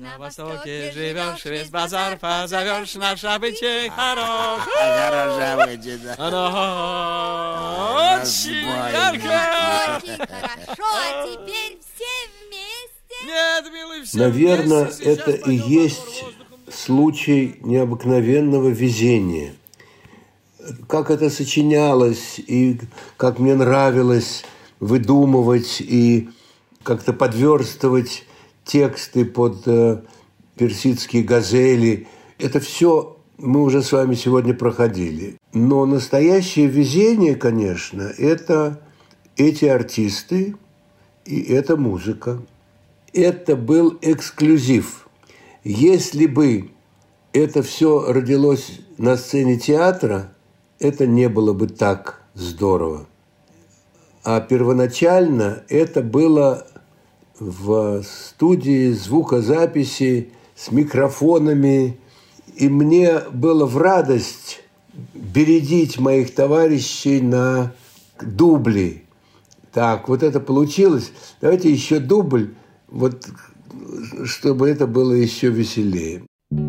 На востоке живешь, весь базар позовешь, наше обычай хорош. Хорошо будет, да. Оно очень ярко. Очень хорошо, а теперь все вместе. Нет, милый, все Наверное, вместе сейчас это и пойдем есть по воздуху. случай необыкновенного везения. Как это сочинялось, и как мне нравилось выдумывать и как-то подверстывать тексты под персидские газели. Это все мы уже с вами сегодня проходили. Но настоящее везение, конечно, это эти артисты и эта музыка. Это был эксклюзив. Если бы это все родилось на сцене театра, это не было бы так здорово. А первоначально это было в студии звукозаписи с микрофонами. И мне было в радость бередить моих товарищей на дубли. Так, вот это получилось. Давайте еще дубль, вот, чтобы это было еще веселее.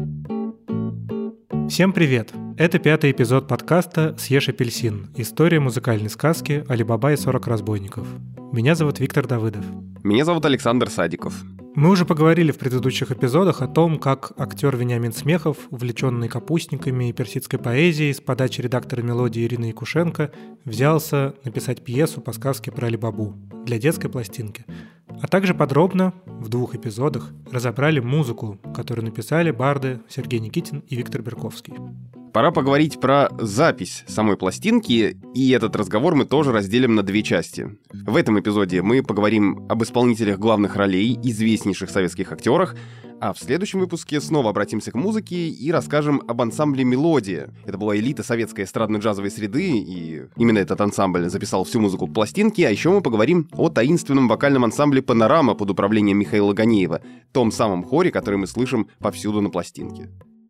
Всем привет! Это 5-й эпизод подкаста «Съешь апельсин. История музыкальной сказки «Али Баба и 40 разбойников». Меня зовут Виктор Давыдов. Меня зовут Александр Садиков. Мы уже поговорили в предыдущих эпизодах о том, как актер Вениамин Смехов, увлеченный капустниками и персидской поэзией, с подачи редактора мелодии Ирины Якушенко, взялся написать пьесу по сказке про Али-Бабу для детской пластинки. А также подробно, в 2 эпизодах, разобрали музыку, которую написали барды Сергей Никитин и Виктор Берковский. Пора поговорить про запись самой пластинки, и этот разговор мы тоже разделим на 2 части. В этом эпизоде мы поговорим об исполнителях главных ролей, известнейших советских актерах, а в следующем выпуске снова обратимся к музыке и расскажем об ансамбле «Мелодия». Это была элита советской эстрадно-джазовой среды, и именно этот ансамбль записал всю музыку к пластинке, а еще мы поговорим о таинственном вокальном ансамбле «Панорама» под управлением Михаила Ганеева, том самом хоре, который мы слышим повсюду на пластинке.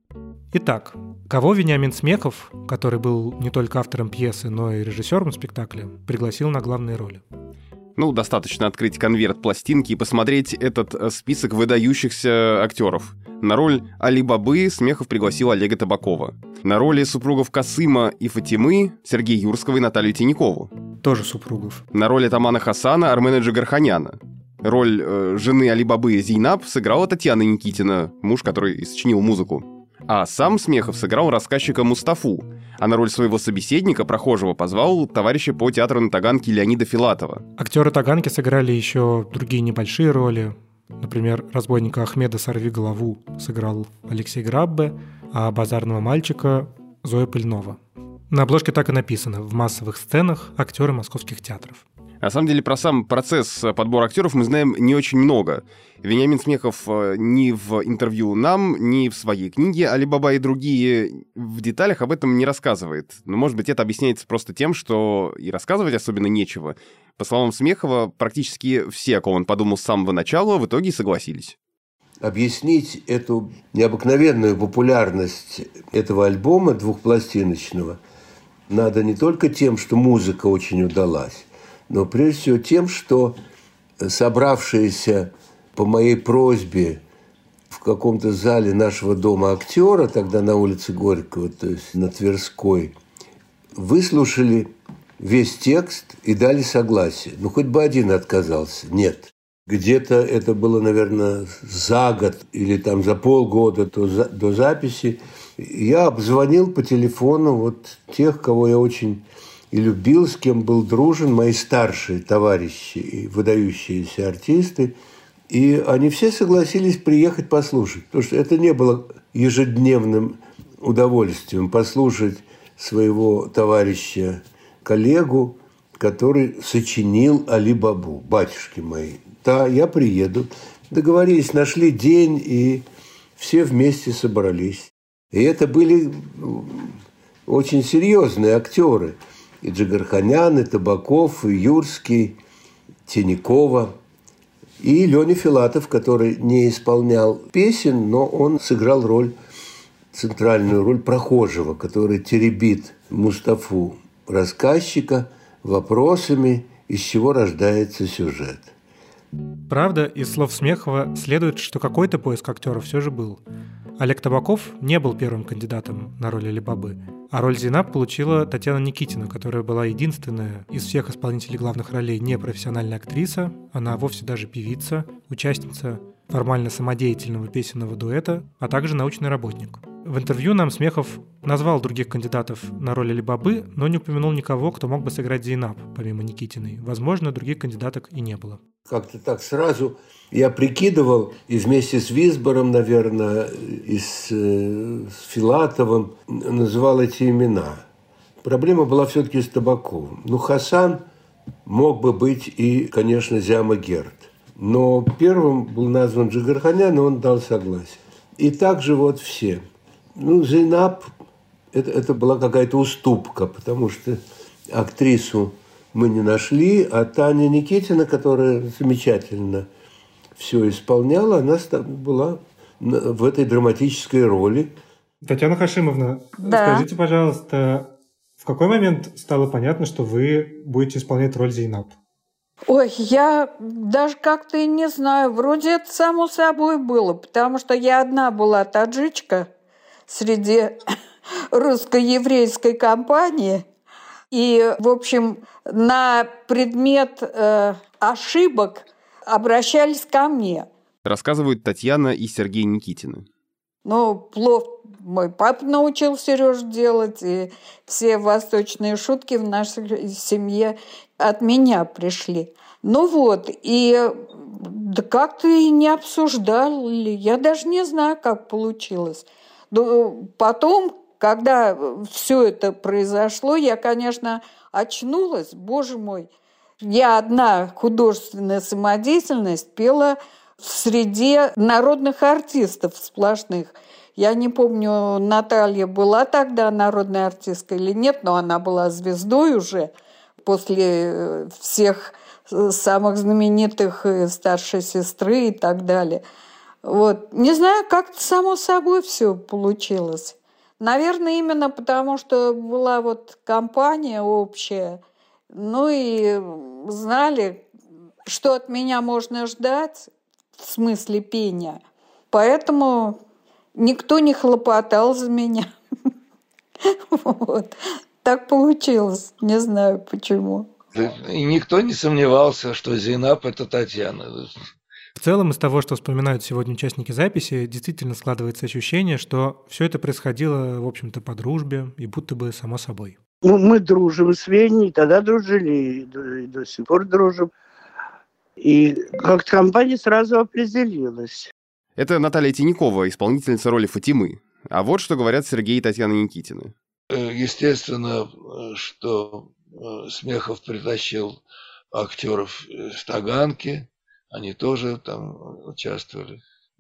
Итак, кого Вениамин Смехов, который был не только автором пьесы, но и режиссером спектакля, пригласил на главные роли? Достаточно открыть конверт пластинки и посмотреть этот список выдающихся актеров. На роль Али-Бабы Смехов пригласил Олега Табакова. На роли супругов Касыма и Фатимы Сергея Юрского и Наталью Тиньякову. Тоже супругов. На роль атамана Хасана Армена Джигарханяна. Роль жены Али-Бабы Зейнаб сыграла Татьяна Никитина, муж, который сочинил музыку. А сам Смехов сыграл рассказчика Мустафу, а на роль своего собеседника, прохожего, позвал товарища по театру на Таганке Леонида Филатова. Актеры Таганки сыграли еще другие небольшие роли. Например, разбойника Ахмеда «Сорвиголову» сыграл Алексей Граббе, а базарного мальчика Зоя Пыльнова. На обложке так и написано: в массовых сценах актеры московских театров. На самом деле, про сам процесс подбора актеров мы знаем не очень много. Вениамин Смехов ни в интервью нам, ни в своей книге «Али-Баба и другие» в деталях об этом не рассказывает. Но, может быть, это объясняется просто тем, что и рассказывать особенно нечего. По словам Смехова, практически все, о ком он подумал с самого начала, в итоге согласились. Объяснить эту необыкновенную популярность этого альбома двухпластиночного надо не только тем, что музыка очень удалась, но прежде всего тем, что собравшиеся по моей просьбе в каком-то зале нашего дома актера, тогда на улице Горького, то есть на Тверской, выслушали весь текст и дали согласие. Хоть бы один отказался. Нет. Где-то это было, наверное, за год или там за полгода до записи. Я обзвонил по телефону тех, кого я очень и любил, с кем был дружен, мои старшие товарищи и выдающиеся артисты. И они все согласились приехать послушать, потому что это не было ежедневным удовольствием послушать своего товарища, коллегу, который сочинил Али-Бабу, батюшки мои. Да, я приеду. Договорились, нашли день, и все вместе собрались. И это были очень серьезные актеры. И Джигарханян, и Табаков, и Юрский, Тиньякова. И Леня Филатов, который не исполнял песен, но он сыграл центральную роль прохожего, который теребит Мустафу, рассказчика, вопросами, из чего рождается сюжет. Правда, из слов Смехова следует, что какой-то поиск актеров все же был. Олег Табаков не был первым кандидатом на роль Али-Бабы, а роль Зейнаб получила Татьяна Никитина, которая была единственная из всех исполнителей главных ролей не профессиональная актриса, она вовсе даже певица, участница формально самодеятельного песенного дуэта, а также научный работник. В интервью нам Смехов назвал других кандидатов на роль Али-Бабы, но не упомянул никого, кто мог бы сыграть Зейнаб, помимо Никитиной. Возможно, других кандидаток и не было. Как-то так сразу я прикидывал, и вместе с Висбором, наверное, и с Филатовым называл эти имена. Проблема была все-таки с Табаковым. Хасан мог бы быть и, конечно, Зяма Герд. Но первым был назван Джигарханян, и он дал согласие. И также вот все. Зейнаб это была какая-то уступка, потому что актрису мы не нашли, а Таня Никитина, которая замечательно все исполняла, она была в этой драматической роли. Татьяна Хашимовна, скажите, пожалуйста, в какой момент стало понятно, что вы будете исполнять роль Зейнаб? Ой, я даже как-то и не знаю. Вроде это само собой было, потому что я одна была таджичка среди русско-еврейской компании. И, в общем, на предмет ошибок обращались ко мне. Рассказывают Татьяна и Сергей Никитины. Плов мой папа научил Сережу делать, и все восточные шутки в нашей семье от меня пришли. И да как-то и не обсуждали. Я даже не знаю, как получилось. Потом, когда все это произошло, я, конечно, очнулась. Боже мой, я одна художественная самодеятельность пела в среде народных артистов сплошных. Я не помню, Наталья была тогда народной артисткой или нет, но она была звездой уже после всех самых знаменитых старшей сестры и так далее. Не знаю, как-то само собой все получилось. Наверное, именно потому, что была компания общая, и знали, что от меня можно ждать в смысле пения. Поэтому никто не хлопотал за меня. Так получилось. Не знаю, почему. И никто не сомневался, что Зейнаб – это Татьяна. В целом, из того, что вспоминают сегодня участники записи, действительно складывается ощущение, что все это происходило, в общем-то, по дружбе и будто бы само собой. Мы дружим с Веней, тогда дружили, и до сих пор дружим. И как-то компания сразу определилась. Это Наталья Тинякова, исполнительница роли Фатимы. А вот что говорят Сергей и Татьяна Никитины. Естественно, что Смехов притащил актеров с Таганки, они тоже там участвовали.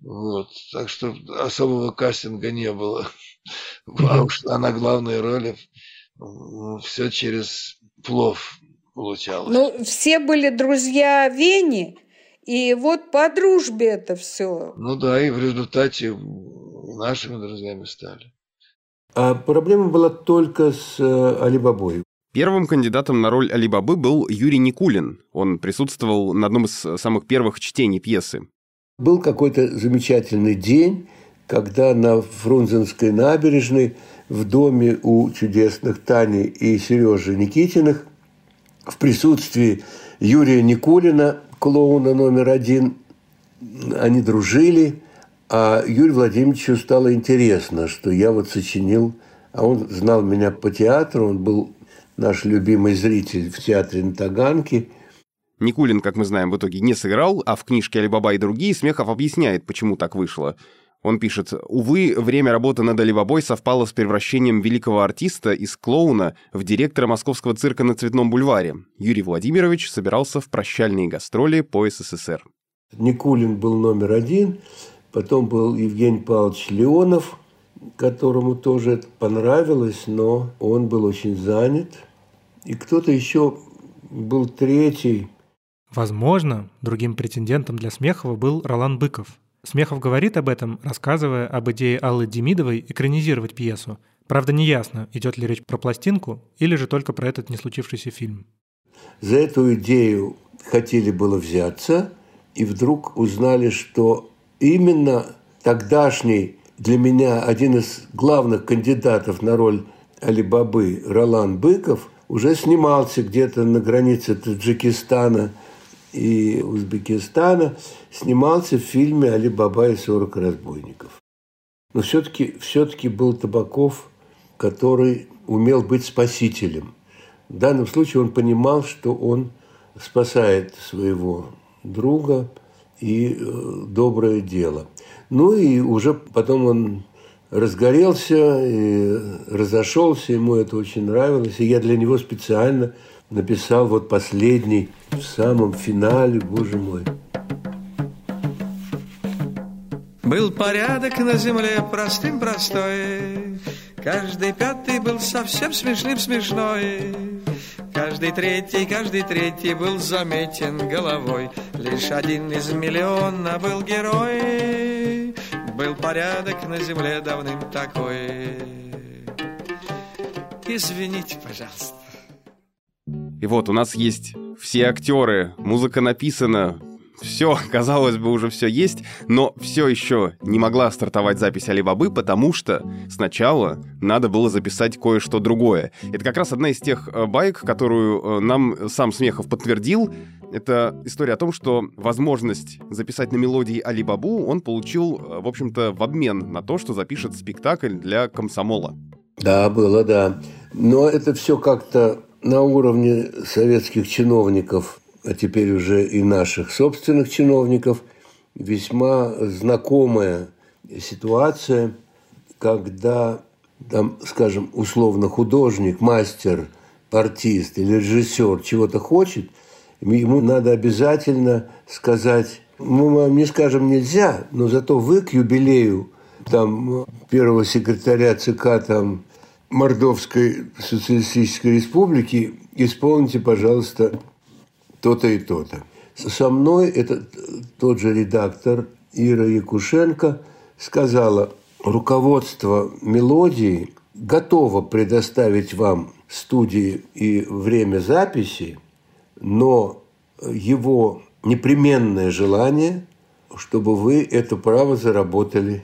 Так что особого кастинга не было. А уж на главной роли все через плов получалось. Все были друзья Вени, и по дружбе это все. И в результате нашими друзьями стали. А проблема была только с Али-Бабой. Первым кандидатом на роль Али-Бабы был Юрий Никулин. Он присутствовал на одном из самых первых чтений пьесы. Был какой-то замечательный день, когда на Фрунзенской набережной в доме у чудесных Тани и Сережи Никитиных в присутствии Юрия Никулина, клоуна номер 1, они дружили, а Юрию Владимировичу стало интересно, что я сочинил, а он знал меня по театру, он был наш любимый зритель в театре на Таганке. Никулин, как мы знаем, в итоге не сыграл, а в книжке «Али-Баба и другие» Смехов объясняет, почему так вышло. Он пишет: «Увы, время работы над Али-Бабой совпало с превращением великого артиста из клоуна в директора московского цирка на Цветном бульваре. Юрий Владимирович собирался в прощальные гастроли по СССР». Никулин был номер 1, потом был Евгений Павлович Леонов, которому тоже это понравилось, но он был очень занят. И кто-то еще был третий. Возможно, другим претендентом для Смехова был Ролан Быков. Смехов говорит об этом, рассказывая об идее Аллы Демидовой экранизировать пьесу. Правда, неясно, идет ли речь про пластинку или же только про этот не случившийся фильм. За эту идею хотели было взяться, и вдруг узнали, что именно тогдашний для меня один из главных кандидатов на роль Али-Бабы Ролан Быков уже снимался где-то на границе Таджикистана и Узбекистана, снимался в фильме «Али-Баба и 40 разбойников». Но все-таки был Табаков, который умел быть спасителем. В данном случае он понимал, что он спасает своего друга и доброе дело. Ну и уже потом он разгорелся и разошелся, ему это очень нравилось. И я для него специально написал вот последний, в самом финале, боже мой. Был порядок на земле простым простой, каждый пятый был совсем смешным смешной, каждый третий был заметен головой, лишь один из миллиона был герой. Был порядок на земле давным такой. Извините, пожалуйста. И вот у нас есть все актеры, музыка написана, все, казалось бы, уже все есть, но все еще не могла стартовать запись Али-Бабы, потому что сначала надо было записать кое-что другое. Это как раз одна из тех баек, которую нам сам Смехов подтвердил. Это история о том, что возможность записать на мелодии Али-Бабу он получил, в общем-то, в обмен на то, что запишет спектакль для комсомола. Да, было, да. Но это все как-то на уровне советских чиновников, а теперь уже и наших собственных чиновников, весьма знакомая ситуация, когда, там, скажем, условно художник, мастер, артист или режиссер чего-то хочет, ему надо обязательно сказать, мы вам не скажем нельзя, но зато вы к юбилею там, первого секретаря ЦК там, Мордовской социалистической республики исполните, пожалуйста, то-то и то-то. Со мной тот же редактор Ира Якушенко сказала, руководство мелодии готово предоставить вам студии и время записи, но его непременное желание, чтобы вы это право заработали.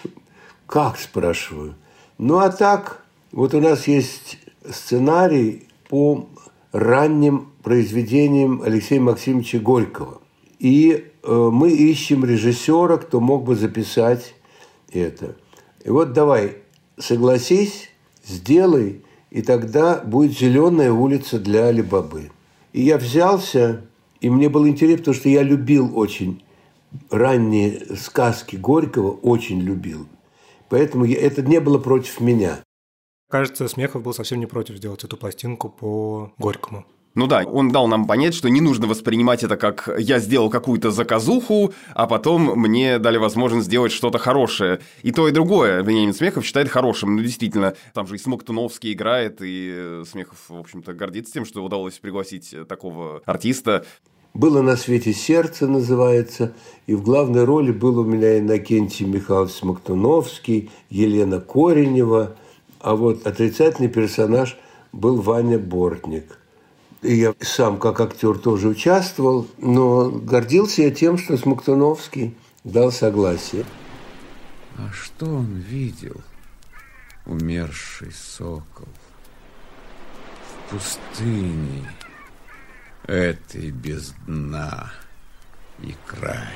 Как, спрашиваю? Ну, а так, вот у нас есть сценарий по ранним произведениям Алексея Максимовича Горького. И мы ищем режиссера, кто мог бы записать это. И вот давай, согласись, сделай, и тогда будет «Зеленая улица» для Али-Бабы. И я взялся, и мне было интересно, потому что я любил очень ранние сказки Горького, очень любил. Поэтому это не было против меня. Кажется, Смехов был совсем не против сделать эту пластинку по Горькому. Ну да, он дал нам понять, что не нужно воспринимать это как «я сделал какую-то заказуху, а потом мне дали возможность сделать что-то хорошее». И то, и другое Вениамин Смехов считает хорошим. Ну, действительно, там же и Смоктуновский играет, и Смехов, в общем-то, гордится тем, что удалось пригласить такого артиста. «Было на свете сердце» называется, и в главной роли был у меня Иннокентий Михайлович Смоктуновский, Елена Коренева, а вот отрицательный персонаж был Ваня Бортник. И я сам как актер тоже участвовал, но гордился я тем, что Смоктуновский дал согласие. А что он видел, умерший сокол, в пустыне этой без дна и края?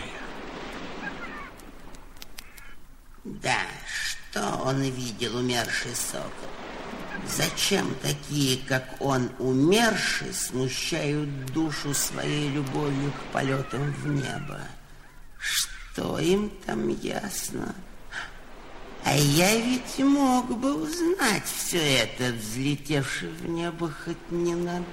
Да, что он видел, умерший сокол? Зачем такие, как он, умерший, смущают душу своей любовью к полетам в небо? Что им там ясно? А я ведь мог бы узнать все это, взлетевший в небо хоть ненадолго.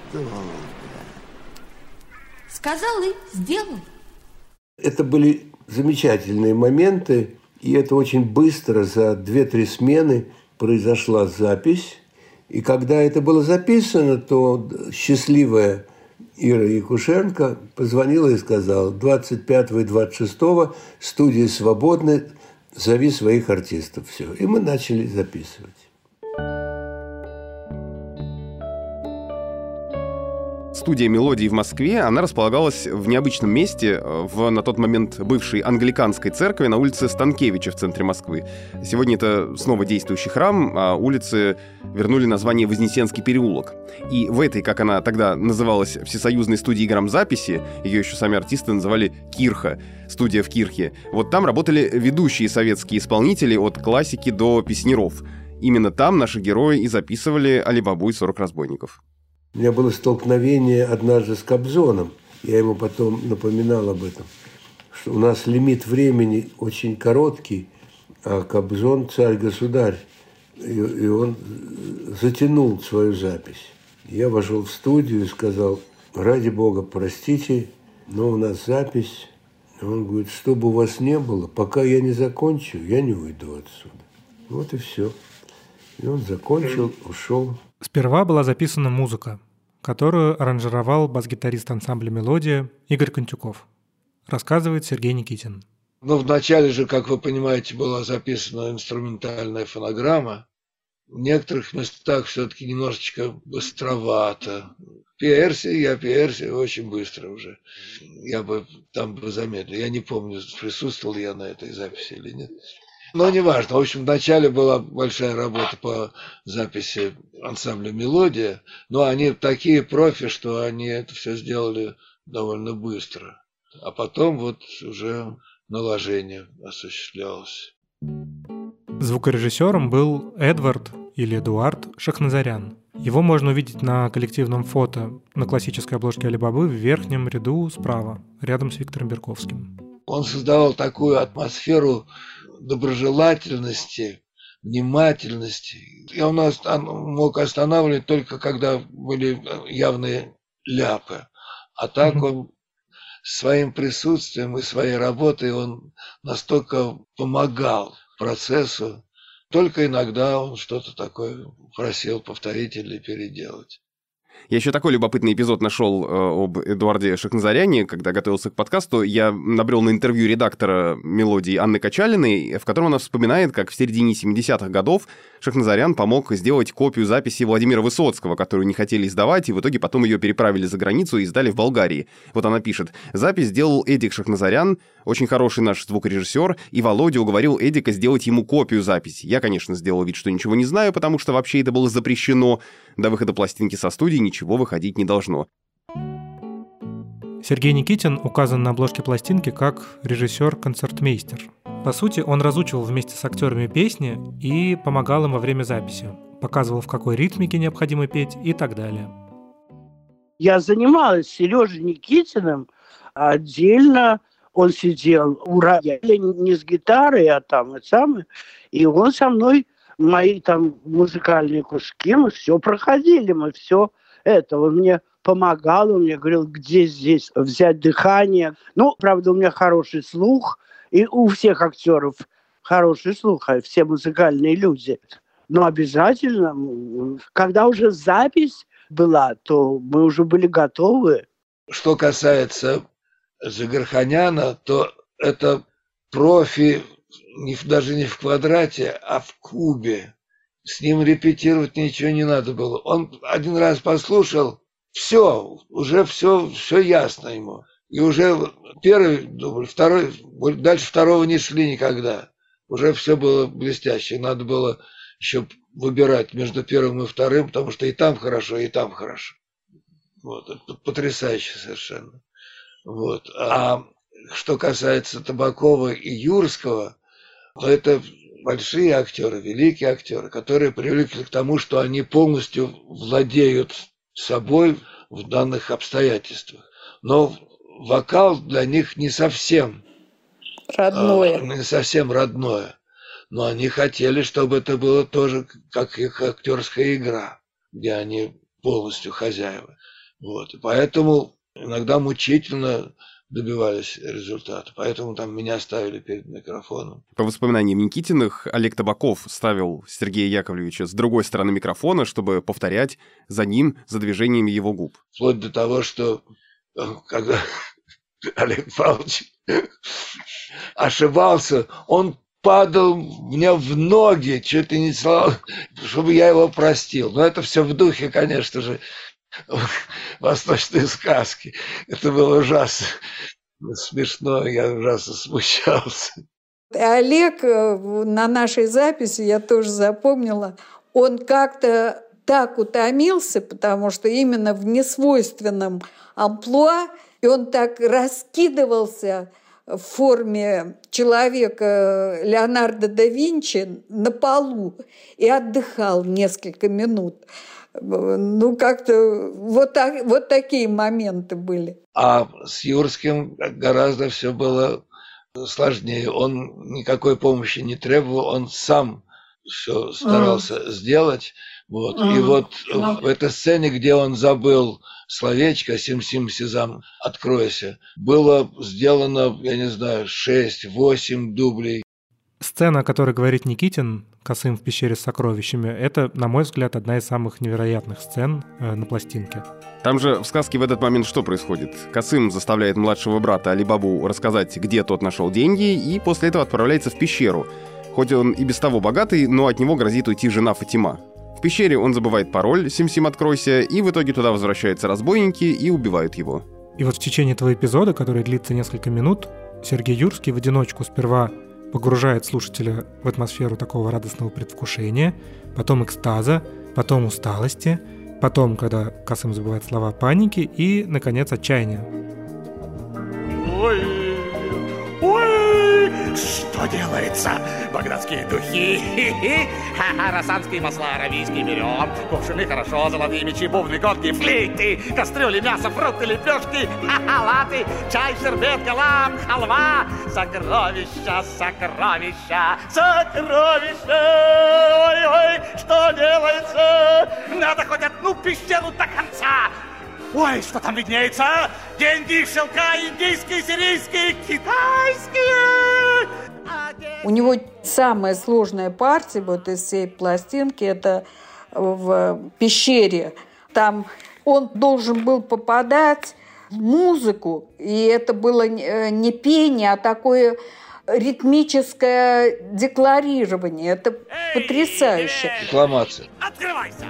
Сказал и сделал. Это были замечательные моменты, и это очень быстро, за 2-3 смены произошла запись. И когда это было записано, то счастливая Ира Якушенко позвонила и сказала: 25 и 26 студии свободны, зови своих артистов. Все. И мы начали записывать. студия «Мелодии» в Москве, она располагалась в необычном месте, в на тот момент бывшей англиканской церкви на улице Станкевича в центре Москвы. Сегодня это снова действующий храм, а улице вернули название Вознесенский переулок. И в этой, как она тогда называлась, всесоюзной студии грамзаписи, ее еще сами артисты называли «Кирха», студия в Кирхе, вот там работали ведущие советские исполнители от классики до песняров. Именно там наши герои и записывали «Али-Бабу и 40 разбойников». У меня было столкновение однажды с Кобзоном. Я ему потом напоминал об этом, что у нас лимит времени очень короткий, а Кобзон царь-государь, и он затянул свою запись. Я вошел в студию и сказал: ради бога, простите, но у нас запись. Он говорит: что бы у вас не было, пока я не закончу, я не уйду отсюда. Вот и все. И он закончил, ушел. Сперва была записана музыка, которую аранжировал бас-гитарист ансамбля «Мелодия» Игорь Контюков. Рассказывает Сергей Никитин. Ну, вначале же, как вы понимаете, была записана инструментальная фонограмма. В некоторых местах все-таки немножечко быстровато. Перси очень быстро уже. Я бы там замедлил. Я не помню, присутствовал я на этой записи или нет. Но неважно. В общем, вначале была большая работа по записи ансамбля «Мелодия», но они такие профи, что они это все сделали довольно быстро. А потом вот уже наложение осуществлялось. Звукорежиссером был Эдвард или Эдуард Шахназарян. Его можно увидеть на коллективном фото на классической обложке «Али-Бабы» в верхнем ряду справа, рядом с Виктором Берковским. Он создавал такую атмосферу доброжелательности, внимательности. И он мог останавливать только когда были явные ляпы. А так он своим присутствием и своей работой он настолько помогал процессу. Только иногда он что-то такое просил повторить или переделать. Я еще такой любопытный эпизод нашел об Эдуарде Шахназаряне, когда готовился к подкасту. Я набрел на интервью редактора «Мелодии» Анны Качалиной, в котором она вспоминает, как в середине 70-х годов Шахназарян помог сделать копию записи Владимира Высоцкого, которую не хотели издавать, и в итоге потом ее переправили за границу и издали в Болгарии. Вот она пишет: «Запись сделал Эдик Шахназарян, очень хороший наш звукорежиссер, и Володя уговорил Эдика сделать ему копию записи. Я, конечно, сделал вид, что ничего не знаю, потому что вообще это было запрещено. До выхода пластинки со студии ничего выходить не должно». Сергей Никитин указан на обложке пластинки как режиссер-концертмейстер. По сути, он разучивал вместе с актерами песни и помогал им во время записи. Показывал, в какой ритмике необходимо петь и так далее. Я занималась Сережей Никитиным отдельно. Он сидел у рояля не с гитарой, а там и он со мной мои там музыкальные кружки, мы все проходили, мы все это. Он мне помогал, он мне говорил, где здесь взять дыхание. Ну, правда, у меня хороший слух, и у всех актеров хороший слух, а все музыкальные люди. Но обязательно, когда уже запись была, то мы уже были готовы. Что касается Джигарханяна, то это профи даже не в квадрате, а в кубе. С ним репетировать ничего не надо было. Он один раз послушал, уже все ясно ему. И уже первый дубль, второй, дальше второго не шли никогда. Уже все было блестяще. Надо было еще выбирать между первым и вторым, потому что и там хорошо, и там хорошо. Вот, это потрясающе совершенно. Вот. А что касается Табакова и Юрского, то это большие актеры, великие актеры, которые привыкли к тому, что они полностью владеют собой в данных обстоятельствах. Но вокал для них не совсем родное. Но они хотели, чтобы это было тоже как их актерская игра, где они полностью хозяева. Вот. И поэтому иногда мучительно добивались результата. Поэтому там меня ставили перед микрофоном. По воспоминаниям Никитиных, Олег Табаков ставил Сергея Яковлевича с другой стороны микрофона, чтобы повторять за ним, за движениями его губ. Вплоть до того, что когда Олег Павлович ошибался, он падал мне в ноги, чуть ли не слава, чтобы я его простил. Но это все в духе, конечно же, восточные сказки. Это было ужасно смешно, я ужасно смущался. Олег на нашей записи, я тоже запомнила, он как-то так утомился, потому что именно в несвойственном амплуа, и он так раскидывался в форме человека Леонардо да Винчи на полу и отдыхал несколько минут. Ну, как-то вот такие моменты были. А с Юрским гораздо все было сложнее. Он никакой помощи не требовал, он сам все старался сделать. Вот. И вот в этой сцене, где он забыл словечко «Сим-сим, сезам, откройся», было сделано, я не знаю, 6-8 дублей. Сцена, о которой говорит Никитин, Косым в пещере с сокровищами, это, на мой взгляд, одна из самых невероятных сцен на пластинке. Там же в сказке в этот момент что происходит? Косым заставляет младшего брата Али-Бабу рассказать, где тот нашел деньги, и после этого отправляется в пещеру. Хоть он и без того богатый, но от него грозит уйти жена Фатима. В пещере он забывает пароль «Сим-сим, откройся», и в итоге туда возвращаются разбойники и убивают его. И вот в течение этого эпизода, который длится несколько минут, Сергей Юрский в одиночку сперва погружает слушателя в атмосферу такого радостного предвкушения, потом экстаза, потом усталости, потом, когда Косым забывает слова, паники и, наконец, отчаяния. Что делается? Багдадские духи, росанские масла аравийские берем, кувшины хорошо, золотые мечи, бубны, котки, флейты, кастрюли, мясо, фрукты, лепешки, латы, чай, шербет, галам, халва, сокровища, сокровища, сокровища. Ой-ой, что делается? Надо хоть одну пещеру до конца. Ой, что там виднеется? Деньги, шелка, индийские, сирийские, китайские. У него самая сложная партия вот из всей пластинки – это в пещере. Там он должен был попадать в музыку, и это было не пение, а такое ритмическое декларирование. Это потрясающе. Декламация. Открывайся!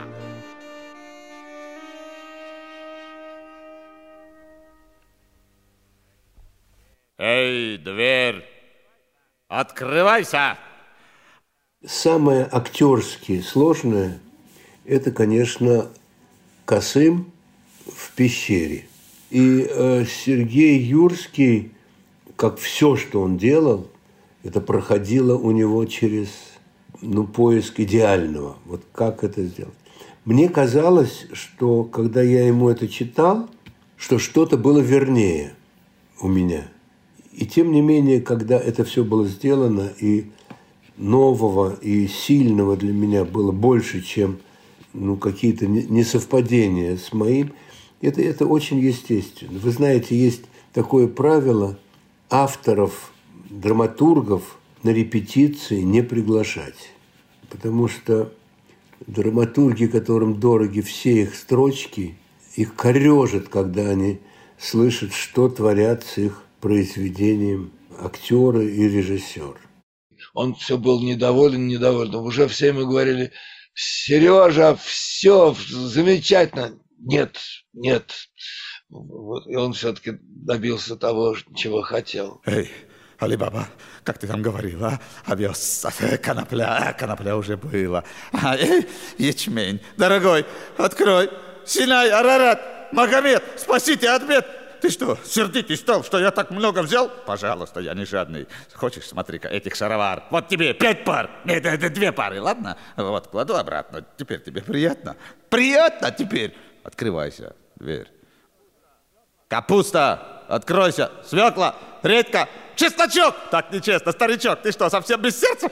Эй, дверь! Открывайся! Самое актерски сложное – это, конечно, Косым в пещере. И Сергей Юрский, как все, что он делал, это проходило у него через поиск идеального. Вот как это сделать. Мне казалось, что когда я ему это читал, что что-то было вернее у меня. И тем не менее, когда это все было сделано, и нового, и сильного для меня было больше, чем какие-то несовпадения с моим, это очень естественно. Вы знаете, есть такое правило авторов, драматургов на репетиции не приглашать. Потому что драматурги, которым дороги все их строчки, их корежат, когда они слышат, что творят с их произведением актеры и режиссер. Он все был недоволен. Уже все ему говорили: Сережа, все замечательно. Нет. Вот, и он все-таки добился того, чего хотел. Эй, Али-Баба, как ты там говорил, а? Овес, конопля уже было. Ячмень. Дорогой, открой. Синай, Арарат, Магомед, спасите от бед. Ты что, сердитый стал, что я так много взял? Пожалуйста, я не жадный. Хочешь, смотри-ка, этих шаровар. Вот тебе 5 пар. Нет, это 2 пары, ладно? Вот, кладу обратно. Теперь тебе приятно? Приятно теперь? Открывайся, дверь. Капуста, откройся. Свекла, редька, чесночок. Так нечестно, старичок. Ты что, совсем без сердца?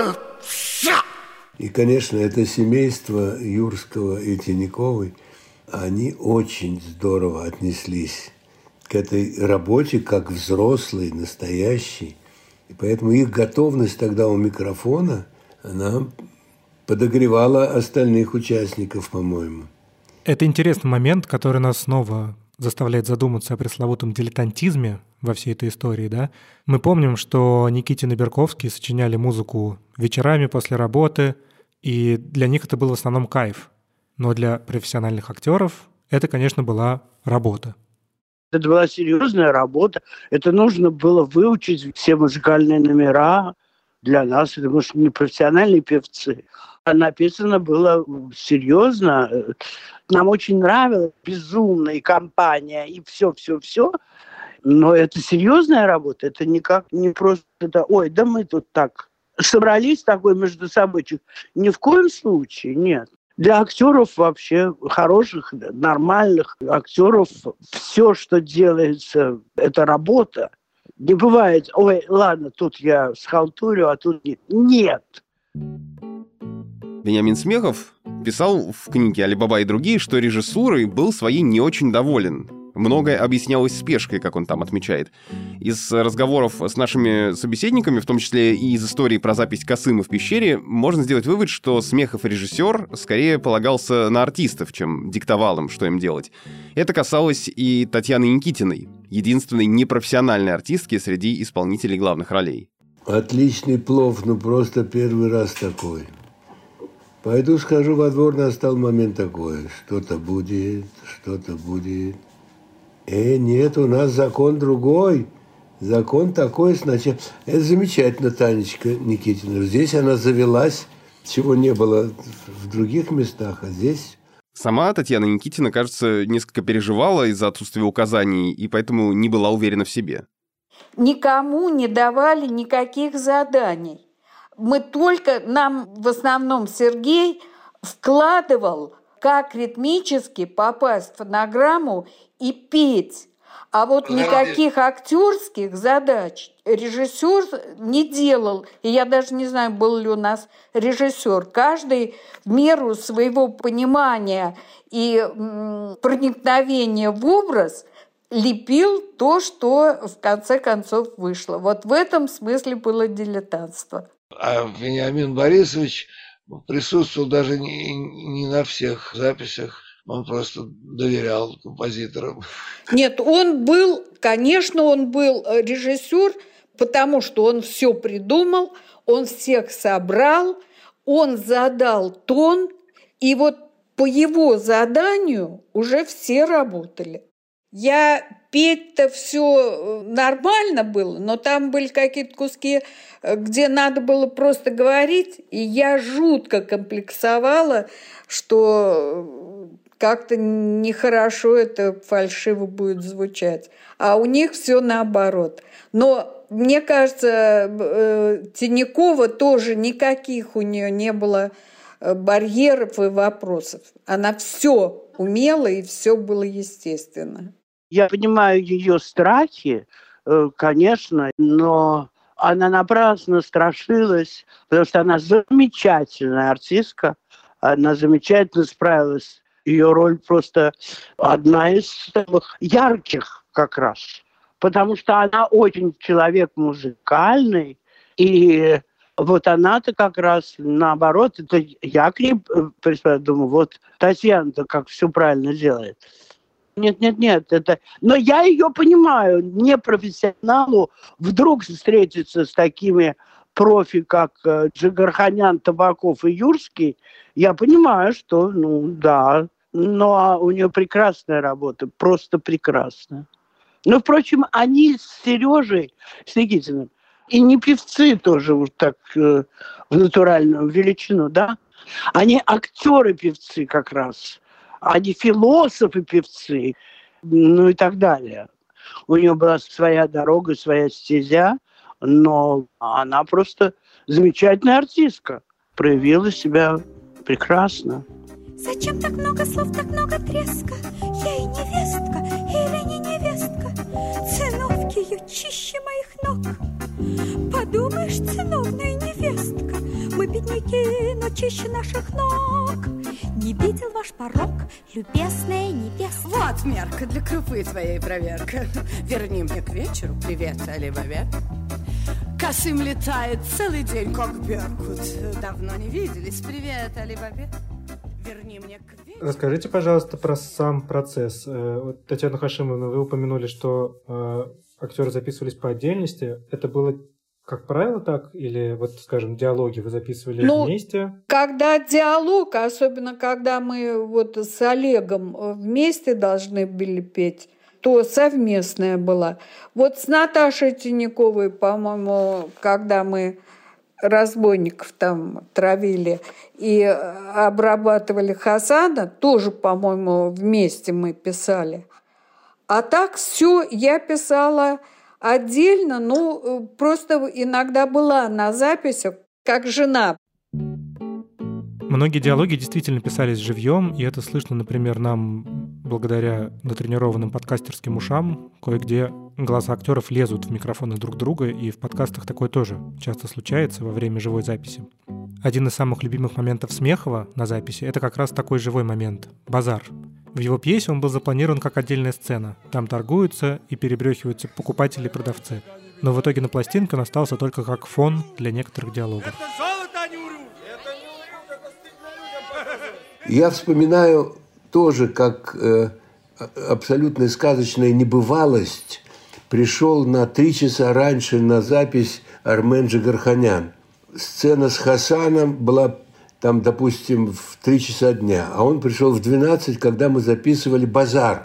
И, конечно, это семейство Юрского и Тиняковой, они очень здорово отнеслись к этой работе как взрослый, настоящий. И поэтому их готовность тогда у микрофона, она подогревала остальных участников, по-моему. Это интересный момент, который нас снова заставляет задуматься о пресловутом дилетантизме во всей этой истории, да? Мы помним, что Никитин и Берковский сочиняли музыку вечерами после работы, и для них это был в основном кайф. Но для профессиональных актеров это, конечно, была работа. Это была серьезная работа. Это нужно было выучить все музыкальные номера для нас, потому что не профессиональные певцы. А написано было серьезно. Нам очень нравилась безумно и компания, и все. Но это серьезная работа. Это никак не просто... Ой, да мы тут так собрались такой между собойчик. Ни в коем случае, нет. Для актеров вообще хороших, нормальных актеров все, что делается, это работа. Не бывает, ой, ладно, тут я схалтурю, а тут нет. Нет. Вениамин Смехов писал в книге «Али Баба и другие», что режиссурой был своей не очень доволен. Многое объяснялось спешкой, как он там отмечает. Из разговоров с нашими собеседниками, в том числе и из истории про запись Косыма в пещере, можно сделать вывод, что Смехов режиссер скорее полагался на артистов, чем диктовал им, что им делать. Это касалось и Татьяны Никитиной, единственной непрофессиональной артистки среди исполнителей главных ролей. Отличный плов, ну просто первый раз такой. Пойду схожу во двор, настал момент такой. Что-то будет. Нет, у нас закон другой. Закон такой сначала. Это замечательно, Танечка Никитина. Здесь она завелась, чего не было в других местах, а здесь... Сама Татьяна Никитина, кажется, несколько переживала из-за отсутствия указаний и поэтому не была уверена в себе. Никому не давали никаких заданий. Нам в основном Сергей вкладывал, как ритмически попасть в фонограмму и петь. А вот никаких актерских задач режиссер не делал. И я даже не знаю, был ли у нас режиссер. Каждый в меру своего понимания и проникновения в образ лепил то, что в конце концов вышло. Вот в этом смысле было дилетантство. А Вениамин Борисович присутствовал даже не на всех записях. Он просто доверял композиторам. Нет, он был режиссер, потому что он все придумал, он всех собрал, он задал тон, и вот по его заданию уже все работали. Петь-то все нормально было, но там были какие-то куски, где надо было просто говорить, и я жутко комплексовала, что как-то нехорошо это фальшиво будет звучать. А у них все наоборот. Но мне кажется, Тинякова тоже никаких у нее не было барьеров и вопросов. Она все умела, и все было естественно. Я понимаю ее страхи, конечно, но она напрасно страшилась, потому что она замечательная артистка, она замечательно справилась. Ее роль просто одна из самых ярких как раз, потому что она очень человек музыкальный, и вот она-то как раз наоборот, это я к ней думаю, вот Татьяна-то как все правильно делает. Нет, это... Но я ее понимаю, непрофессионалу вдруг встретиться с такими профи, как Джигарханян, Табаков и Юрский, я понимаю, что, да, но у нее прекрасная работа, просто прекрасная. Но, впрочем, они с Сережей, с Никитиным, и не певцы тоже вот так в натуральную величину, да, они актеры-певцы как раз. Они философы-певцы, и так далее. У нее была своя дорога, своя стезя, но она просто замечательная артистка. Проявила себя прекрасно. Зачем так много слов, так много треска? Я и невестка, или не невестка? Циновки ее чище моих ног. Подумаешь, циновная невестка. Мы бедняки, но чище наших ног. Не видел ваш порог, любезная невестка. Вот мерка для крупы твоей проверка. Верни мне к вечеру привет, Али-Бабе. Косым летает целый день, как беркут. Давно не виделись. Привет, Али-Бабе. Верни мне к вечеру. Расскажите, пожалуйста, про сам процесс. Татьяна Хашимовна, вы упомянули, что актеры записывались по отдельности. Это было Как правило, так? Или, вот, скажем, диалоги вы записывали вместе? Когда диалог, особенно когда мы вот с Олегом вместе должны были петь, то совместная была. Вот с Наташей Тиняковой, по-моему, когда мы разбойников там травили и обрабатывали Хасана, тоже, по-моему, вместе мы писали. А так все я писала отдельно, просто иногда была на записях, как жена. Многие диалоги действительно писались живьем, и это слышно, например, нам благодаря натренированным подкастерским ушам. Кое-где голоса актеров лезут в микрофоны друг друга, и в подкастах такое тоже часто случается во время живой записи. Один из самых любимых моментов Смехова на записи — это как раз такой живой момент — базар. В его пьесе он был запланирован как отдельная сцена. Там торгуются и перебрехиваются покупатели и продавцы. Но в итоге на пластинке он остался только как фон для некоторых диалогов. Я вспоминаю тоже, как абсолютная сказочная небывалость пришел на 3 часа раньше на запись Армен Джигарханян. Сцена с Хасаном была там, допустим, в 3 часа дня, а он пришел в 12, когда мы записывали «Базар».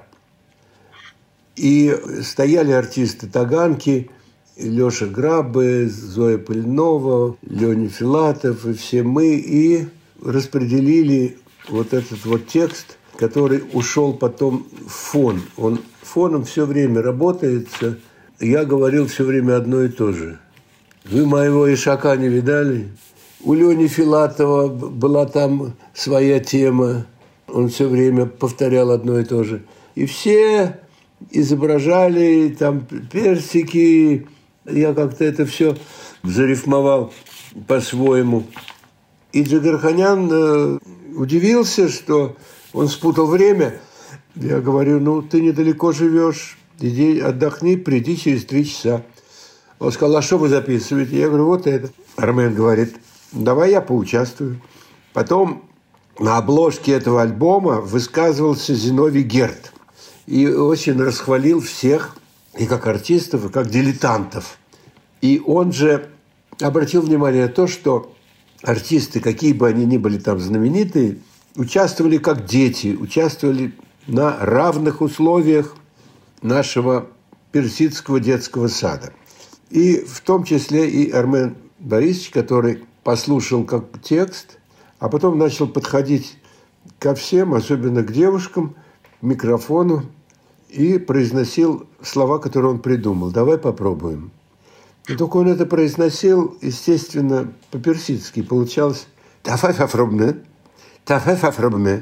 И стояли артисты Таганки, Леша Грабы, Зоя Пыльнова, Леня Филатов и все мы, и распределили вот этот вот текст, который ушел потом в фон. Он фоном все время работается. Я говорил все время одно и то же. Вы моего Ишака не видали? У Лени Филатова была там своя тема. Он все время повторял одно и то же. И все изображали там персики. Я как-то это все зарифмовал по-своему. И Джигарханян удивился, что он спутал время. Я говорю, ты недалеко живешь, иди отдохни, приди через 3 часа. Он сказал, а что вы записываете? Я говорю, вот это. Армен говорит, давай я поучаствую. Потом на обложке этого альбома высказывался Зиновий Герд. И очень расхвалил всех, и как артистов, и как дилетантов. И он же обратил внимание на то, что артисты, какие бы они ни были там знаменитые, участвовали как дети, участвовали на равных условиях нашего персидского детского сада. И в том числе и Армен Борисович, который послушал как текст, а потом начал подходить ко всем, особенно к девушкам, к микрофону, и произносил слова, которые он придумал. Давай попробуем. И только он это произносил, естественно, по-персидски. Получалось «Давай попробуем». «Давай попробуем».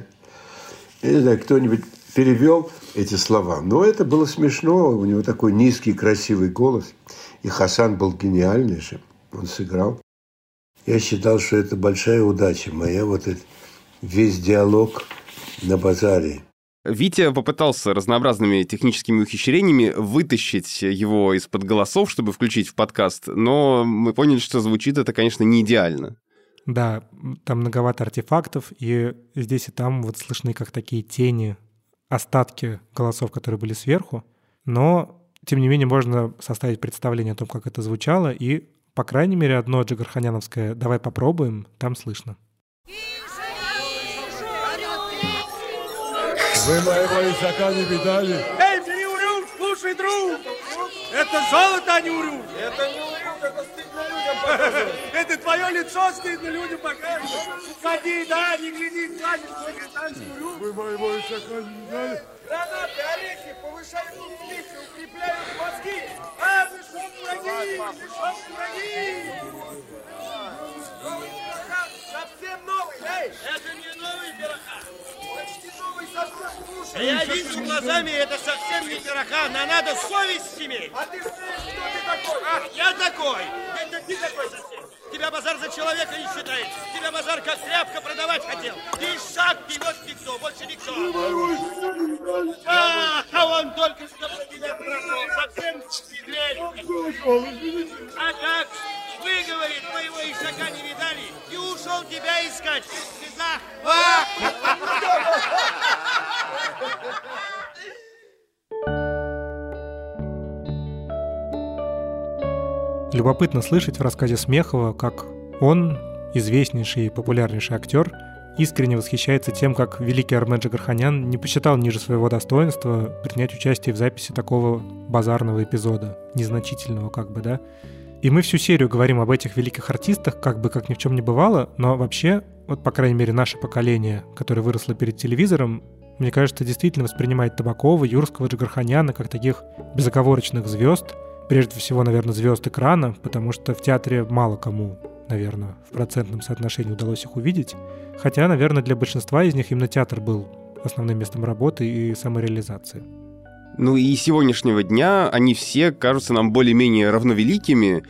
Я не знаю, кто-нибудь перевел эти слова. Но это было смешно. У него такой низкий, красивый голос. И Хасан был гениальный же. Он сыграл. Я считал, что это большая удача моя, вот этот весь диалог на базаре. Витя попытался разнообразными техническими ухищрениями вытащить его из-под голосов, чтобы включить в подкаст, но мы поняли, что звучит это, конечно, не идеально. Да, там многовато артефактов, и здесь и там вот слышны как такие тени, остатки голосов, которые были сверху, но, тем не менее, можно составить представление о том, как это звучало, и, по крайней мере, одно джигарханяновское «давай попробуем» там слышно. Вы моего Исака не видали? Эй, бери урюк, слушай, друг! Это золото, а не урюк! Это не урюк, это стыдно людям показывать. Это твое лицо стыдно людям показывать. Ходи, да, не гляди, хватит, только станцию урюк. Вы моего Исака не видали? Гранаты, орехи повышают интеллект, укрепляют мозги. А, мешок враги, мешок враги! Новый пироха, совсем новый, эй! Это не новый пироха. Почти новый сотрудник. Я видел глазами, это совсем не пироха, но надо совесть иметь. А ты знаешь, кто ты такой? Ах, я такой. Это ты такой совсем. Тебя базар за человека не считает. Тебя базар как тряпка продавать хотел. Ты шаг вез никто, больше никто. А он только что про тебя прошел. Совсем медведь. А как? Вы, говорит, моего Ишака не видали и ушел тебя искать в слезах. Любопытно слышать в рассказе Смехова, как он, известнейший и популярнейший актер, искренне восхищается тем, как великий Армен Джигарханян не посчитал ниже своего достоинства принять участие в записи такого базарного эпизода, незначительного да. И мы всю серию говорим об этих великих артистах, как ни в чем не бывало, но вообще, по крайней мере, наше поколение, которое выросло перед телевизором, мне кажется, действительно воспринимает Табакова, Юрского, Джигарханяна как таких безоговорочных звезд, прежде всего, наверное, звезд экрана, потому что в театре мало кому, наверное, в процентном соотношении удалось их увидеть. Хотя, наверное, для большинства из них именно театр был основным местом работы и самореализации. И с сегодняшнего дня они все кажутся нам более-менее равновеликими,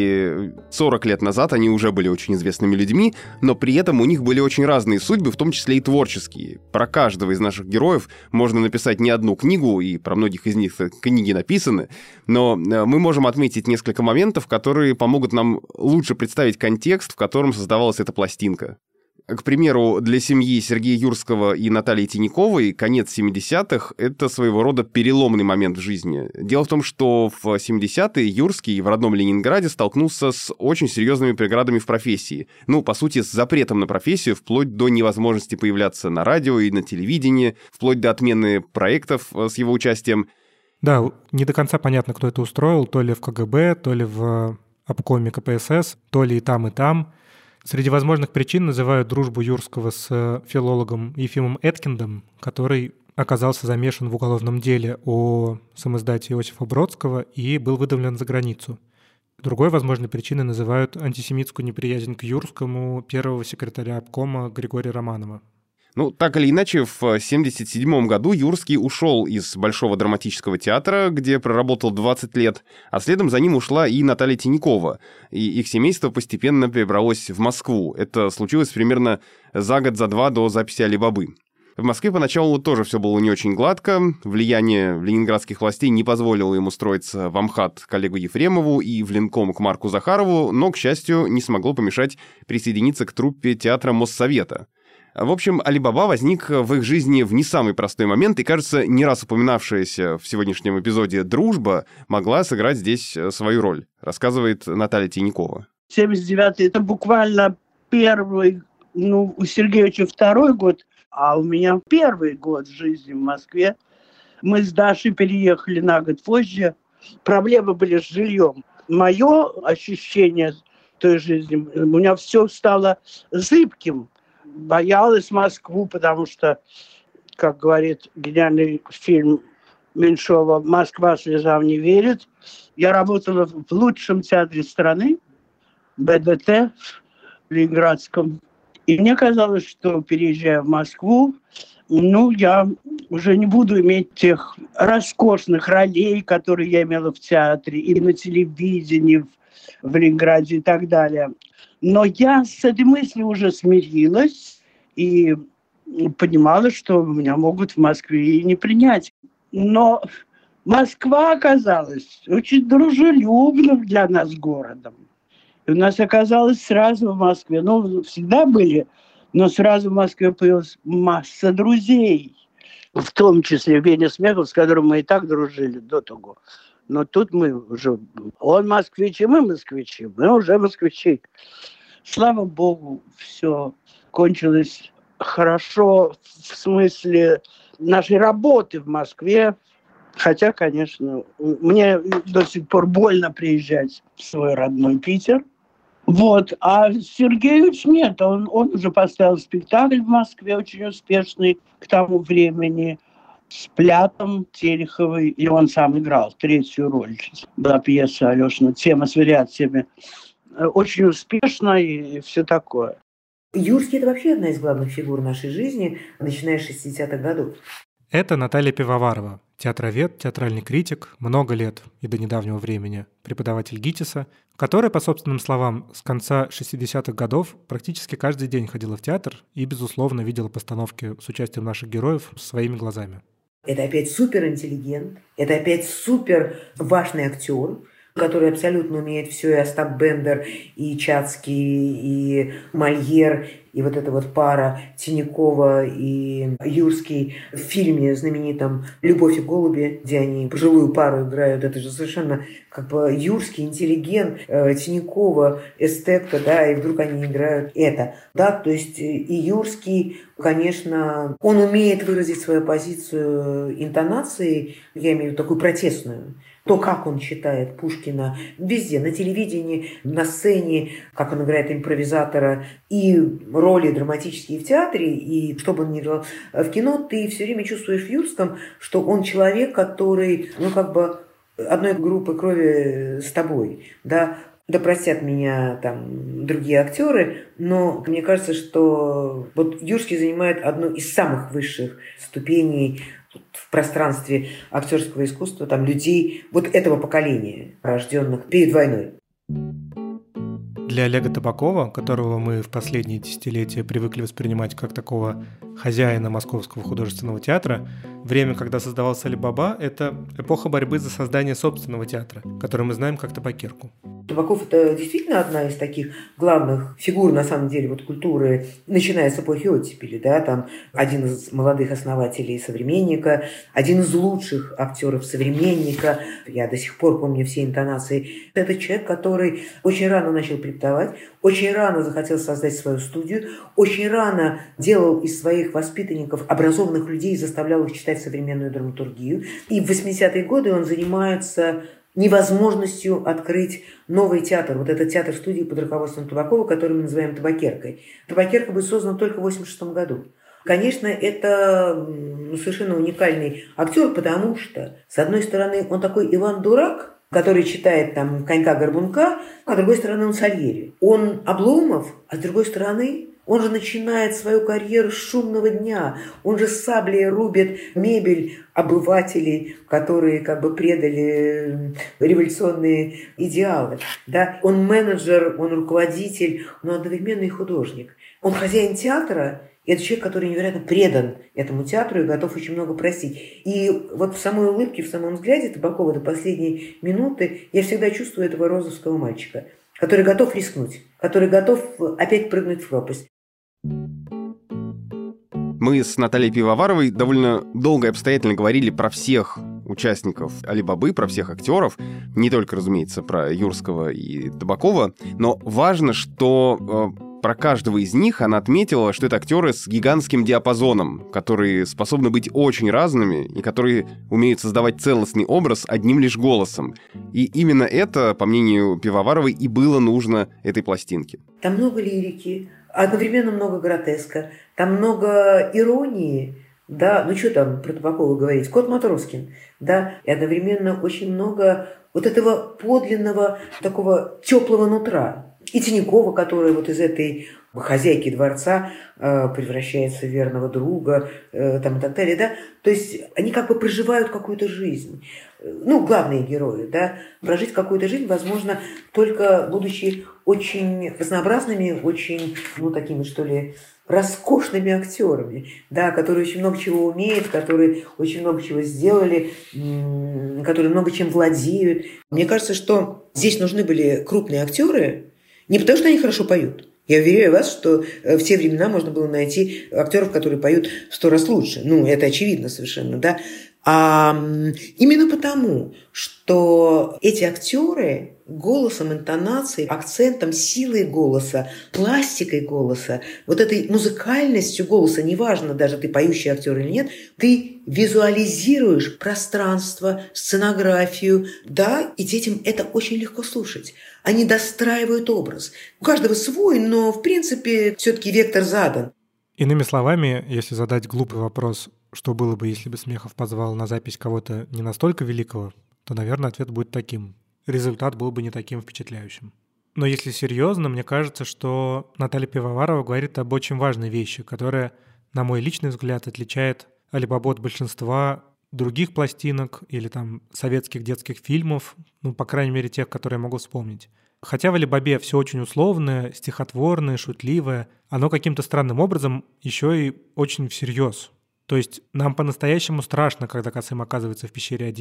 и 40 лет назад они уже были очень известными людьми, но при этом у них были очень разные судьбы, в том числе и творческие. Про каждого из наших героев можно написать не одну книгу, и про многих из них книги написаны, но мы можем отметить несколько моментов, которые помогут нам лучше представить контекст, в котором создавалась эта пластинка. К примеру, для семьи Сергея Юрского и Натальи Тиняковой конец 70-х — это своего рода переломный момент в жизни. Дело в том, что в 70-е Юрский в родном Ленинграде столкнулся с очень серьезными преградами в профессии. По сути, с запретом на профессию, вплоть до невозможности появляться на радио и на телевидении, вплоть до отмены проектов с его участием. Да, не до конца понятно, кто это устроил, то ли в КГБ, то ли в обкоме КПСС, то ли и там, и там. Среди возможных причин называют дружбу Юрского с филологом Ефимом Эткиндом, который оказался замешан в уголовном деле о самиздате Иосифа Бродского и был выдавлен за границу. Другой возможной причиной называют антисемитскую неприязнь к Юрскому первого секретаря обкома Григория Романова. Так или иначе, в 1977 году Юрский ушел из Большого драматического театра, где проработал 20 лет, а следом за ним ушла и Наталья Тинякова, и их семейство постепенно перебралось в Москву. Это случилось примерно за год, за два до записи «Али-Бабы». В Москве поначалу тоже все было не очень гладко, влияние ленинградских властей не позволило ему устроиться в Амхат к Олегу Ефремову и в Ленком к Марку Захарову, но, к счастью, не смогло помешать присоединиться к труппе театра Моссовета. В общем, Али-Баба возник в их жизни в не самый простой момент, и, кажется, не раз упоминавшаяся в сегодняшнем эпизоде дружба могла сыграть здесь свою роль, рассказывает Наталья Тинякова. 79-й — это буквально первый, у Сергеевича второй год, а у меня первый год жизни в Москве. Мы с Дашей переехали на год позже. Проблемы были с жильем. Мое ощущение той жизни, у меня все стало зыбким. Боялась Москву, потому что, как говорит гениальный фильм Меньшова, «Москва слезам не верит». Я работала в лучшем театре страны, БДТ, в Ленинградском. И мне казалось, что, переезжая в Москву, я уже не буду иметь тех роскошных ролей, которые я имела в театре и на телевидении в Ленинграде и так далее. Но я с этой мыслью уже смирилась и понимала, что меня могут в Москве и не принять. Но Москва оказалась очень дружелюбным для нас городом. И у нас оказалось сразу в Москве, всегда были, но сразу в Москве появилась масса друзей. В том числе Веня Смехов, с которым мы и так дружили до того. Но тут мы уже... Он москвич, и мы москвичи. Мы уже москвичи. Слава богу, все кончилось хорошо в смысле нашей работы в Москве. Хотя, конечно, мне до сих пор больно приезжать в свой родной Питер. А Сергеевич нет, он уже поставил спектакль в Москве очень успешный к тому времени. С Плятом Тереховой, и он сам играл третью роль. Была пьеса Алешина «Тема с вариациями». Очень успешно и все такое. Юрский – это вообще одна из главных фигур нашей жизни, начиная с 60-х годов. Это Наталья Пивоварова, театровед, театральный критик, много лет и до недавнего времени преподаватель ГИТИСа, которая, по собственным словам, с конца 60-х годов практически каждый день ходила в театр и, безусловно, видела постановки с участием наших героев своими глазами. Это опять суперинтеллигент, это опять супер важный актер. который абсолютно умеет все, и Остап Бендер, и Чацкий, и Мольер, и вот эта вот пара Тинякова и Юрский в фильме знаменитом «Любовь и голуби», где они пожилую пару играют. Это же совершенно как бы Юрский интеллигент, Тинякова эстетка, да, и вдруг они играют это. Да, то есть и Юрский, конечно, он умеет выразить свою позицию интонацией, я имею в виду такую протестную. То, как он читает Пушкина везде, на телевидении, на сцене, как он играет импровизатора, и роли драматические в театре, и что бы он ни играл в кино, ты все время чувствуешь в Юрском, что он человек, который, ну, как бы одной группы крови с тобой, да. Да простят меня там другие актеры, но мне кажется, что вот Юрский занимает одну из самых высших ступеней в пространстве актерского искусства, там, людей вот этого поколения, рожденных перед войной. Для Олега Табакова, которого мы в последние десятилетия привыкли воспринимать как такого хозяина Московского художественного театра, время, когда создавался Али-Баба, это эпоха борьбы за создание собственного театра, который мы знаем как табакерку. Табаков – это действительно одна из таких главных фигур, на самом деле, вот культуры, начиная с эпохи оттепели, да, там один из молодых основателей «Современника», один из лучших актеров «Современника», я до сих пор помню все интонации. Это человек, который очень рано начал преподавать, очень рано захотел создать свою студию, очень рано делал из своих воспитанников образованных людей, заставлял их читать современную драматургию. И в 80-е годы он занимается невозможностью открыть новый театр. Вот этот театр-студии под руководством Табакова, который мы называем табакеркой. Табакерка будет создана только в 1986 году. Конечно, это совершенно уникальный актер, потому что, с одной стороны, он такой Иван-дурак, который читает там «Конька-горбунка», а с другой стороны, он Сальери. Он Обломов, а с другой стороны, он же начинает свою карьеру с «Шумного дня». Он же с саблей рубит мебель обывателей, которые как бы предали революционные идеалы. Да? Он менеджер, он руководитель, но одновременно и художник. Он хозяин театра. Это человек, который невероятно предан этому театру и готов очень много просить. И вот в самой улыбке, в самом взгляде Табакова до последней минуты я всегда чувствую этого розовского мальчика, который готов рискнуть, который готов опять прыгнуть в пропасть. Мы с Натальей Пивоваровой довольно долго и обстоятельно говорили про всех участников Али-Бабы, про всех актеров, не только, разумеется, про Юрского и Табакова, но важно, что про каждого из них она отметила, что это актеры с гигантским диапазоном, которые способны быть очень разными и которые умеют создавать целостный образ одним лишь голосом. И именно это, по мнению Пивоваровой, и было нужно этой пластинке. Там много лирики, одновременно много гротеска, там много иронии, да, ну что там про Табакова говорить, Кот Матроскин, да, и одновременно очень много вот этого подлинного, такого теплого нутра. И Тинякова, которая вот из этой хозяйки дворца превращается в верного друга, там и так далее, да, то есть они как бы проживают какую-то жизнь. Ну, главные герои, да, прожить какую-то жизнь возможно только будучи очень разнообразными, очень, ну, такими, что ли, роскошными актерами, да, которые очень много чего умеют, которые очень много чего сделали, которые много чем владеют. Мне кажется, что здесь нужны были крупные актеры, не потому, что они хорошо поют. Я уверяю вас, что в те времена можно было найти актеров, которые поют в 100 раз лучше. Ну, это очевидно совершенно, да. А именно потому, что эти актеры голосом, интонацией, акцентом, силой голоса, пластикой голоса, вот этой музыкальностью голоса, неважно, даже ты поющий актер или нет, ты визуализируешь пространство, сценографию, да, и детям это очень легко слушать. Они достраивают образ. У каждого свой, но, в принципе, все-таки вектор задан. Иными словами, если задать глупый вопрос, что было бы, если бы Смехов позвал на запись кого-то не настолько великого, то, наверное, ответ будет таким. Результат был бы не таким впечатляющим. Но если серьезно, мне кажется, что Наталья Пивоварова говорит об очень важной вещи, которая, на мой личный взгляд, отличает Али-Бабу от большинства других пластинок или там советских детских фильмов, ну, по крайней мере, тех, которые я могу вспомнить. Хотя в Али-Бабе все очень условное, стихотворное, шутливое, оно каким-то странным образом еще и очень всерьез. То есть нам по-настоящему страшно, когда Касым оказывается в пещере один.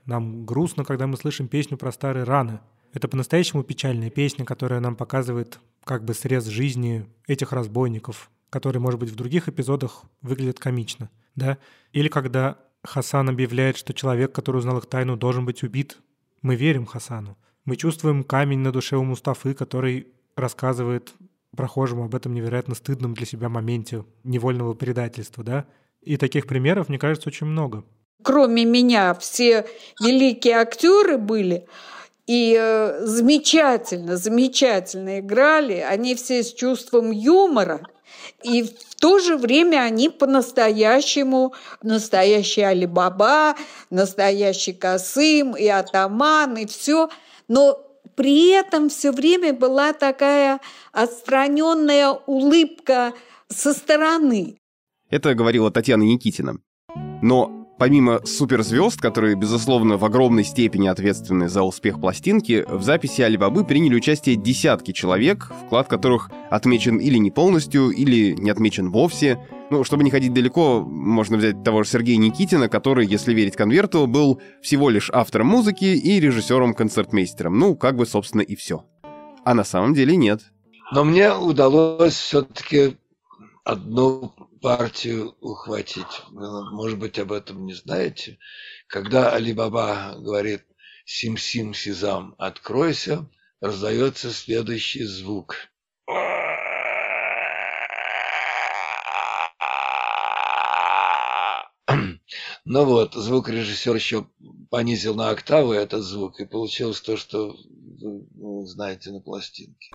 Нам грустно, когда мы слышим песню про старые раны. Это по-настоящему печальная песня, которая нам показывает как бы срез жизни этих разбойников, которые, может быть, в других эпизодах выглядят комично, да? Или когда Хасан объявляет, что человек, который узнал их тайну, должен быть убит. Мы верим Хасану. Мы чувствуем камень на душе у Мустафы, который рассказывает прохожему об этом невероятно стыдном для себя моменте невольного предательства, да? И таких примеров, мне кажется, очень много. Кроме меня все великие актеры были и замечательно играли. Они все с чувством юмора. И в то же время они по-настоящему настоящий Али-Баба, настоящий Касым и атаман, и все. Но при этом все время была такая отстраненная улыбка со стороны. Это говорила Татьяна Никитина. Но помимо суперзвезд, которые, безусловно, в огромной степени ответственны за успех пластинки, в записи Али-Бабы приняли участие десятки человек, вклад которых отмечен или не полностью, или не отмечен вовсе. Ну, чтобы не ходить далеко, можно взять того же Сергея Никитина, который, если верить конверту, был всего лишь автором музыки и режиссером-концертмейстером. Ну, как бы, собственно, и все. А на самом деле нет. Но мне удалось все-таки одну партию ухватить. Вы, может быть, об этом не знаете. Когда Али-Баба говорит «Сим-сим, Сезам, откройся», раздается следующий звук. Ну вот, звукорежиссер еще понизил на октаву этот звук, и получилось то, что вы знаете на пластинке.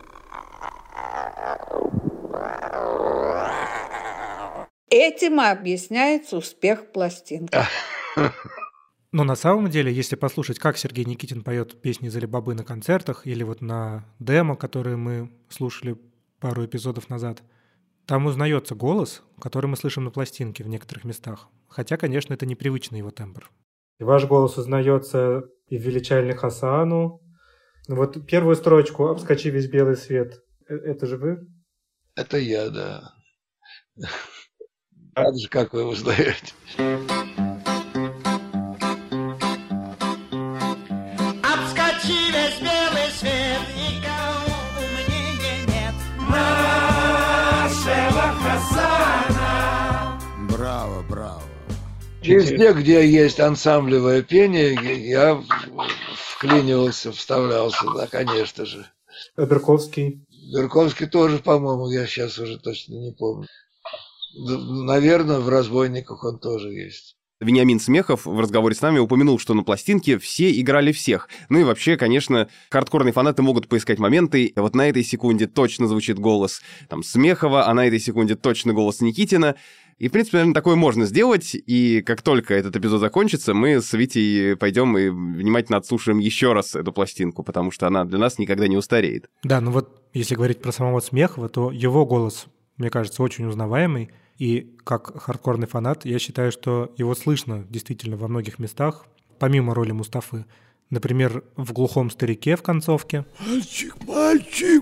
Этим объясняется успех пластинки. Но на самом деле, если послушать, как Сергей Никитин поет песни из Али-Бабы на концертах или вот на демо, которые мы слушали пару эпизодов назад, там узнается голос, который мы слышим на пластинке в некоторых местах. Хотя, конечно, это непривычный его тембр. И ваш голос узнается и в «Величальный Хасану». Вот первую строчку «Обскочи весь белый свет». Это же вы? Это я, да. Рад же, как вы узнаете. Обскочи весь белый свет, никого умнее нет нашего Хасана. Браво, браво. Везде, где есть ансамблевое пение, я вклинивался, вставлялся, да, конечно же. А Берковский? Берковский тоже, по-моему, я сейчас уже точно не помню. Наверное, в «Разбойниках» он тоже есть. Вениамин Смехов в разговоре с нами упомянул, что на пластинке все играли всех. Ну и вообще, конечно, хардкорные фанаты могут поискать моменты. Вот на этой секунде точно звучит голос там Смехова, а на этой секунде точно голос Никитина. И, в принципе, наверное, такое можно сделать. И как только этот эпизод закончится, мы с Витей пойдем и внимательно отслушаем еще раз эту пластинку, потому что она для нас никогда не устареет. Да, ну вот если говорить про самого Смехова, то его голос, мне кажется, очень узнаваемый. И как хардкорный фанат, я считаю, что его слышно действительно во многих местах, помимо роли Мустафы. Например, в «Глухом старике» в концовке. Мальчик,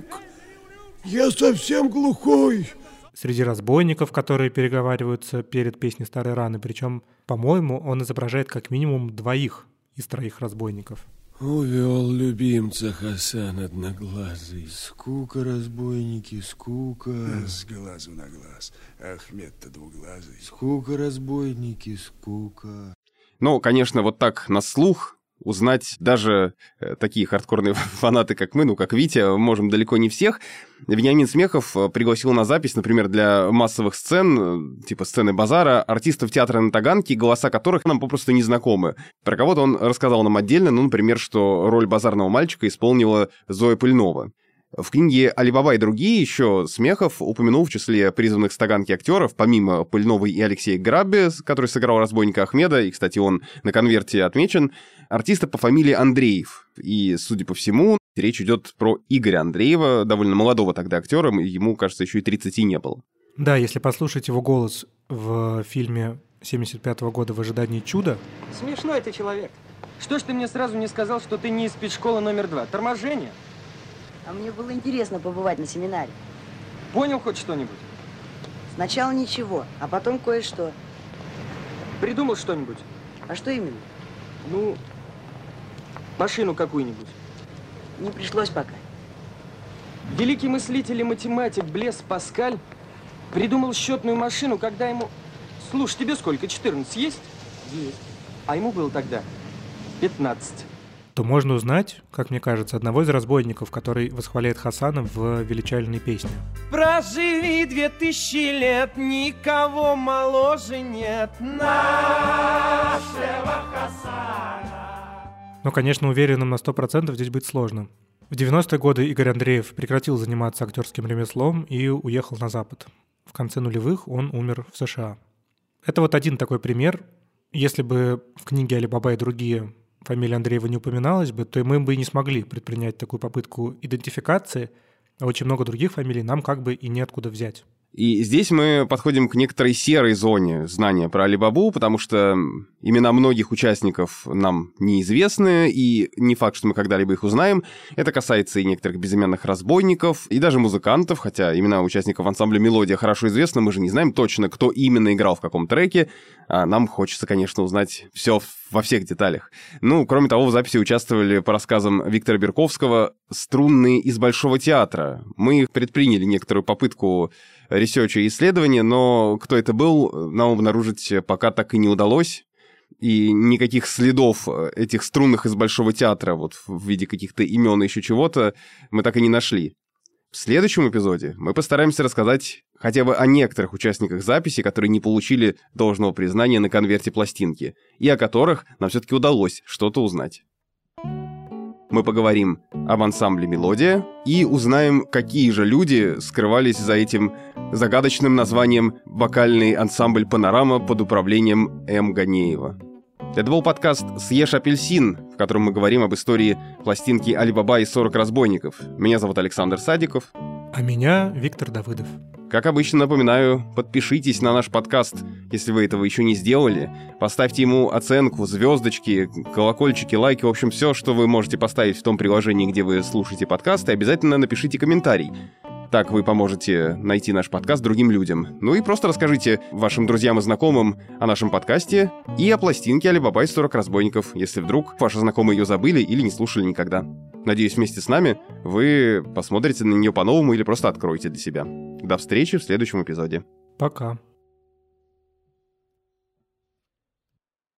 я совсем глухой. Среди разбойников, которые переговариваются перед песней «Старой раны». Причем, по-моему, он изображает как минимум двоих из троих разбойников. Увел любимца Хасан одноглазый. Скука, разбойники, скука. С глазу на глаз. Ахмед-то двуглазый. Скука, разбойники, скука. Ну, конечно, вот так на слух узнать даже такие хардкорные фанаты, как мы, ну, как Витя, можем далеко не всех. Вениамин Смехов пригласил на запись, например, для массовых сцен, типа сцены базара, артистов театра на Таганке, голоса которых нам попросту не знакомы. Про кого-то он рассказал нам отдельно, ну, например, что роль базарного мальчика исполнила Зоя Пыльнова. В книге «Али-Баба и другие» еще Смехов упомянул в числе призванных с Таганки актеров, помимо Пыльновой и Алексея Грабби, который сыграл разбойника Ахмеда, и, кстати, он на конверте отмечен, артиста по фамилии Андреев. И, судя по всему, речь идет про Игоря Андреева, довольно молодого тогда актера, ему, кажется, еще и 30 не было. Да, если послушать его голос в фильме 1975 года «В ожидании чуда». Смешной ты человек. Что ж ты мне сразу не сказал, что ты не из спецшколы номер 2? Торможение? А мне было интересно побывать на семинаре. Понял хоть что-нибудь? Сначала ничего, а потом кое-что. Придумал что-нибудь? А что именно? Ну, Машину какую-нибудь. Не пришлось пока. Великий мыслитель и математик Блес Паскаль придумал счетную машину, когда ему... Слушай, тебе сколько? 14 есть? Есть. А ему было тогда 15. То можно узнать, как мне кажется, одного из разбойников, который восхваляет Хасана в величальной песне. Проживи 2000 лет, никого моложе нет нашего Хасана. Но, конечно, уверенным на 100% здесь быть сложно. В 90-е годы Игорь Андреев прекратил заниматься актерским ремеслом и уехал на Запад. В конце нулевых он умер в США. Это вот один такой пример. Если бы в книге «Али Баба» и другие фамилия Андреева не упоминалась бы, то мы бы и не смогли предпринять такую попытку идентификации, а очень много других фамилий нам как бы и неоткуда взять. И здесь мы подходим к некоторой серой зоне знания про Али-Бабу, потому что имена многих участников нам неизвестны, и не факт, что мы когда-либо их узнаем. Это касается и некоторых безымянных разбойников, и даже музыкантов, хотя имена участников ансамбля «Мелодия» хорошо известны, мы же не знаем точно, кто именно играл в каком треке, а нам хочется, конечно, узнать все во всех деталях. Ну, кроме того, в записи участвовали, по рассказам Виктора Берковского, струнные из Большого театра. Мы предприняли некоторую попытку ресерча и исследования, но кто это был, нам обнаружить пока так и не удалось. И никаких следов этих струнных из Большого театра, вот в виде каких-то имен и еще чего-то, мы так и не нашли. В следующем эпизоде мы постараемся рассказать хотя бы о некоторых участниках записи, которые не получили должного признания на конверте пластинки, и о которых нам все-таки удалось что-то узнать. Мы поговорим об ансамбле «Мелодия» и узнаем, какие же люди скрывались за этим загадочным названием «Вокальный ансамбль «Панорама» под управлением М. Ганеева. Это был подкаст «Съешь апельсин», в котором мы говорим об истории пластинки «Али Баба и 40 разбойников». Меня зовут Александр Садиков. А меня Виктор Давыдов. Как обычно, напоминаю, подпишитесь на наш подкаст, если вы этого еще не сделали. Поставьте ему оценку, звездочки, колокольчики, лайки, в общем, все, что вы можете поставить в том приложении, где вы слушаете подкасты. Обязательно напишите комментарий. Так вы поможете найти наш подкаст другим людям. Ну и просто расскажите вашим друзьям и знакомым о нашем подкасте и о пластинке «Али Баба и 40 разбойников», если вдруг ваши знакомые ее забыли или не слушали никогда. Надеюсь, вместе с нами вы посмотрите на нее по-новому или просто откроете для себя. До встречи в следующем эпизоде. Пока.